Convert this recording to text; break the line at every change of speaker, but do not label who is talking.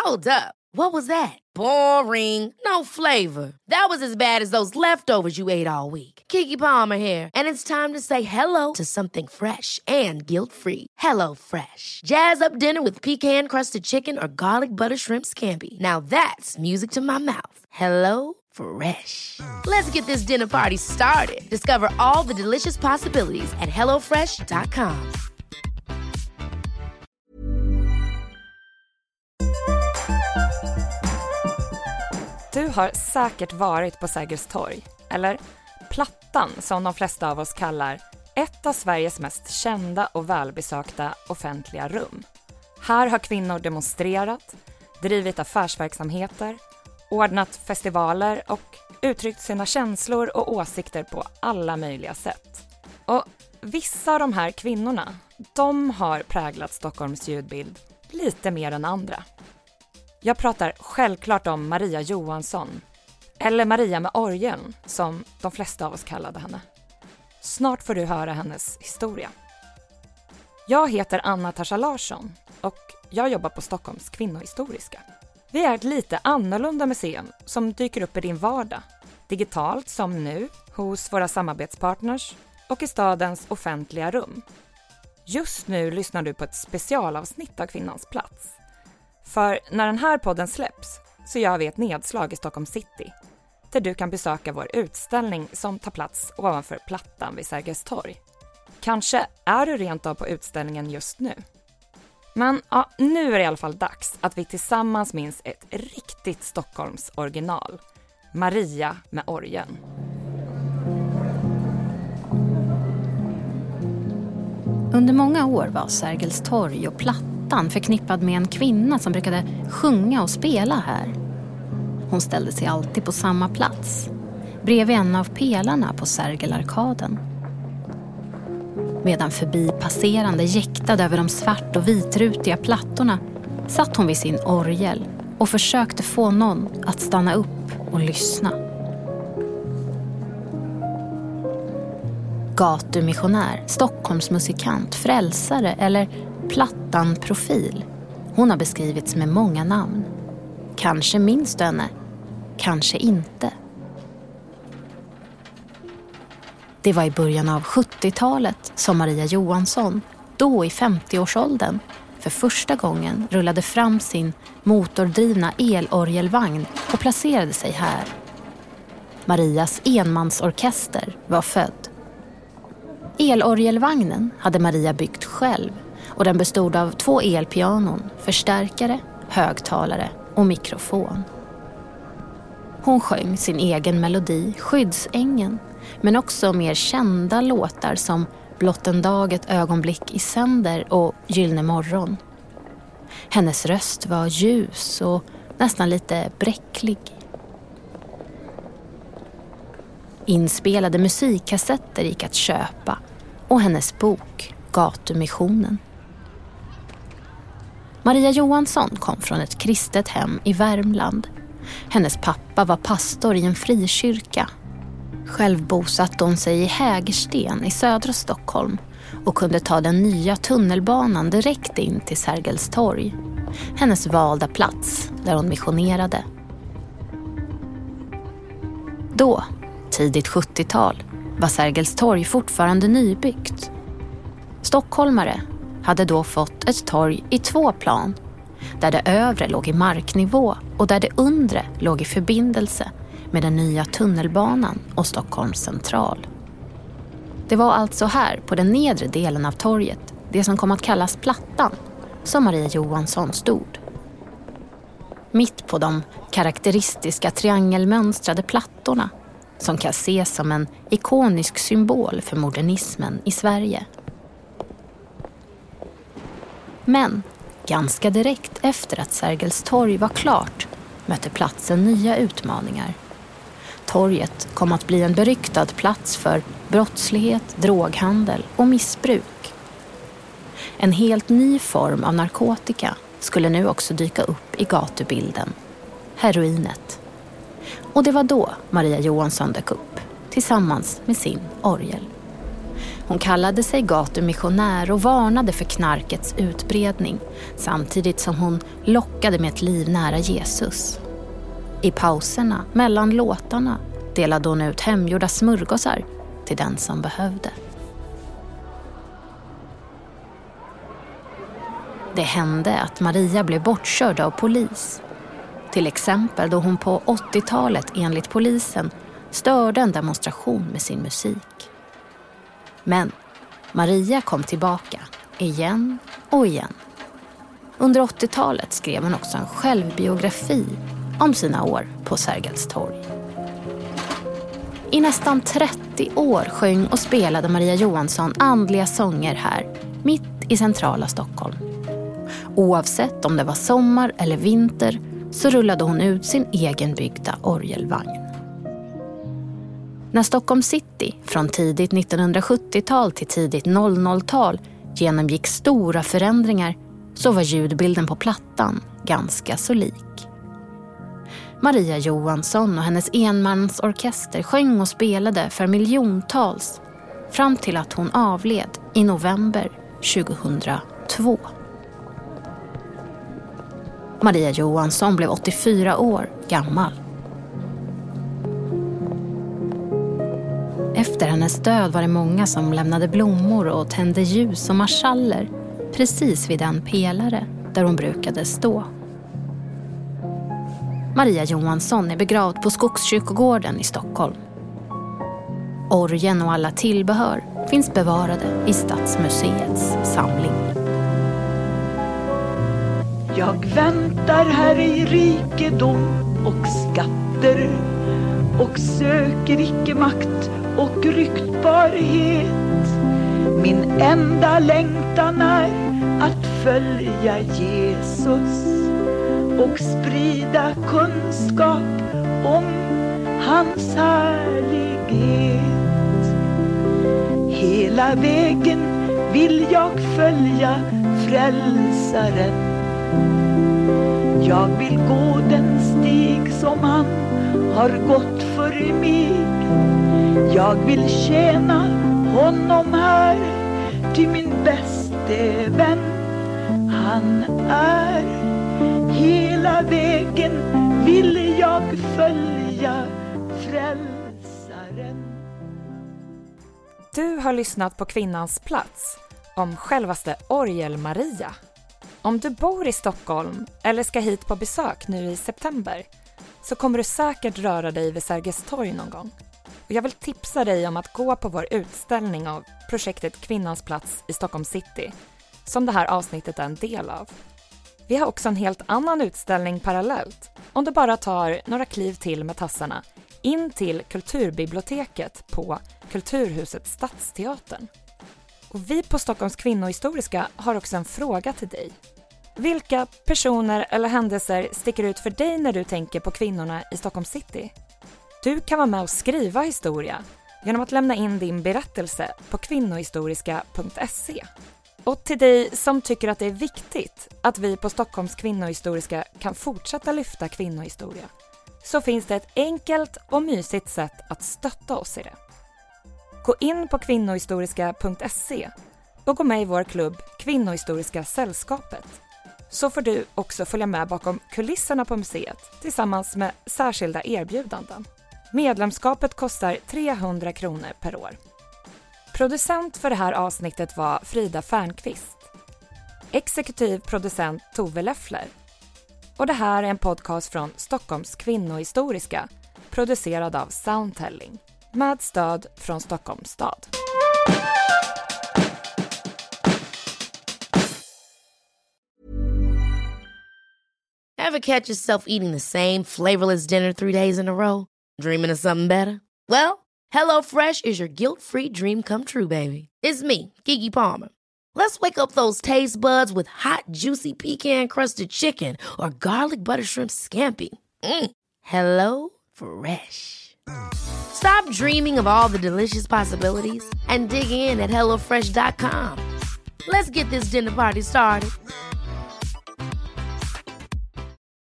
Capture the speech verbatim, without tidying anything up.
Hold up. What was that? Boring. No flavor. That was as bad as those leftovers you ate all week. Keke Palmer here, and it's time to say hello to something fresh and guilt-free. Hello Fresh. Jazz up dinner with pecan-crusted chicken or garlic butter shrimp scampi. Now that's music to my mouth. Hello Fresh. Let's get this dinner party started. Discover all the delicious possibilities at hello fresh dot com.
Du har säkert varit på Sergels torg, eller Plattan som de flesta av oss kallar ett av Sveriges mest kända och välbesökta offentliga rum. Här har kvinnor demonstrerat, drivit affärsverksamheter, ordnat festivaler och uttryckt sina känslor och åsikter på alla möjliga sätt. Och vissa av de här kvinnorna, de har präglat Stockholms ljudbild lite mer än andra. Jag pratar självklart om Maria Johansson, eller Maria med orgeln som de flesta av oss kallade henne. Snart får du höra hennes historia. Jag heter Anna Tasha Larsson och jag jobbar på Stockholms kvinnohistoriska. Vi är ett lite annorlunda museum som dyker upp i din vardag, digitalt som nu, hos våra samarbetspartners och i stadens offentliga rum. Just nu lyssnar du på ett specialavsnitt av Kvinnans plats. För när den här podden släpps så gör vi ett nedslag i Stockholm city, där du kan besöka vår utställning som tar plats ovanför Plattan vid Sergels torg. Kanske är du rent av på utställningen just nu. Men ja, nu är det i alla fall dags att vi tillsammans minns ett riktigt Stockholms original. Maria med orgeln.
Under många år var Sergels torg och Plattan förknippad med en kvinna som brukade sjunga och spela här. Hon ställde sig alltid på samma plats, bredvid en av pelarna på Sergelarkaden. Medan förbipasserande jäktade över de svart- och vitrutiga plattorna satt hon vid sin orgel och försökte få någon att stanna upp och lyssna. Gatumissionär, Stockholmsmusikant, frälsare eller Plattan-profil. Hon har beskrivits med många namn. Kanske minns du henne, kanske inte. Det var i början av sjuttiotalet som Maria Johansson, då i femtioårsåldern, för första gången rullade fram sin motordrivna elorgelvagn och placerade sig här. Marias enmansorkester var född. Elorgelvagnen hade Maria byggt själv och den bestod av två elpianon, förstärkare, högtalare och mikrofon. Hon sjöng sin egen melodi, Skyddsängen, men också mer kända låtar som Blott en dag, ett ögonblick i sänder och Gyllene morgon. Hennes röst var ljus och nästan lite bräcklig. Inspelade musikkassetter gick att köpa och hennes bok Gatumissionen. Maria Johansson kom från ett kristet hem i Värmland. Hennes pappa var pastor i en frikyrka. Själv bosatte hon sig i Hägersten i södra Stockholm och kunde ta den nya tunnelbanan direkt in till Sergels torg. Hennes valda plats där hon missionerade. Då, tidigt sjuttiotal, var Sergels torg fortfarande nybyggt. Stockholmare hade då fått ett torg i två plan, där det övre låg i marknivå och där det undre låg i förbindelse med den nya tunnelbanan och Stockholms central. Det var alltså här på den nedre delen av torget, det som kom att kallas Plattan, som Maria Johansson stod. Mitt på de karaktäristiska triangelmönstrade plattorna som kan ses som en ikonisk symbol för modernismen i Sverige. Men ganska direkt efter att Sergels torg var klart mötte platsen nya utmaningar. Torget kom att bli en beryktad plats för brottslighet, droghandel och missbruk. En helt ny form av narkotika skulle nu också dyka upp i gatubilden. Heroinet. Och det var då Maria Johansson dök upp, tillsammans med sin orgel. Hon kallade sig gatumissionär och varnade för knarkets utbredning, samtidigt som hon lockade med ett liv nära Jesus. I pauserna mellan låtarna delade hon ut hemgjorda smörgåsar till den som behövde. Det hände att Maria blev bortkörd av polis. Till exempel då hon på åttiotalet enligt polisen störde en demonstration med sin musik. Men Maria kom tillbaka igen och igen. Under åttiotalet skrev hon också en självbiografi om sina år på Sergels torg. I nästan trettio år sjöng och spelade Maria Johansson andliga sånger här, mitt i centrala Stockholm. Oavsett om det var sommar eller vinter så rullade hon ut sin egen byggda orgelvagn. När Stockholm city från tidigt nittonhundrasjuttiotal till tidigt noll noll-tal genomgick stora förändringar så var ljudbilden på plattan ganska så lik. Maria Johansson och hennes enmansorkester sjöng och spelade för miljontals fram till att hon avled i november tjugohundratvå. Maria Johansson blev åttiofyra år gammal. Efter hennes död var det många som lämnade blommor och tände ljus och marschaller precis vid den pelare där hon brukade stå. Maria Johansson är begravd på Skogskyrkogården i Stockholm. Orgeln och alla tillbehör finns bevarade i Stadsmuseets samling.
Jag väntar här i rikedom och skatter och söker icke makt och ryktbarhet. Min enda längtan är att följa Jesus och sprida kunskap om hans härlighet. Hela vägen vill jag följa frälsaren. Jag vill gå den stig som han har gått för mig. Jag vill tjäna honom här till min bäste vän. Han är hela vägen vill jag följa frälsaren.
Du har lyssnat på Kvinnans plats om självaste Orgel-Maria. Om du bor i Stockholm eller ska hit på besök nu i september så kommer du säkert röra dig vid Sergels torg någon gång. Och jag vill tipsa dig om att gå på vår utställning av projektet Kvinnans plats i Stockholm city som det här avsnittet är en del av. Vi har också en helt annan utställning parallellt om du bara tar några kliv till med tassarna in till Kulturbiblioteket på Kulturhuset Stadsteatern. Och vi på Stockholms kvinnohistoriska har också en fråga till dig. Vilka personer eller händelser sticker ut för dig när du tänker på kvinnorna i Stockholm city? Du kan vara med och skriva historia genom att lämna in din berättelse på kvinnohistoriska punkt se. Och till dig som tycker att det är viktigt att vi på Stockholms kvinnohistoriska kan fortsätta lyfta kvinnohistoria så finns det ett enkelt och mysigt sätt att stötta oss i det. Gå in på kvinnohistoriska punkt se och gå med i vår klubb Kvinnohistoriska sällskapet. Så får du också följa med bakom kulisserna på museet tillsammans med särskilda erbjudanden. Medlemskapet kostar trehundra kronor per år. Producent för det här avsnittet var Frida Färnqvist. Exekutiv producent Tove Leffler. Och det här är en podcast från Stockholms kvinnohistoriska producerad av Soundtelling med stöd från Stockholms stad.
Ever catch yourself eating the same flavorless dinner three days in a row? Dreaming of something better? Well, HelloFresh is your guilt-free dream come true, baby. It's me, Keke Palmer. Let's wake up those taste buds with hot, juicy pecan-crusted chicken or garlic butter shrimp scampi. Mm. Hello Fresh. Stop dreaming of all the delicious possibilities and dig in at hello fresh dot com. Let's get this dinner party started.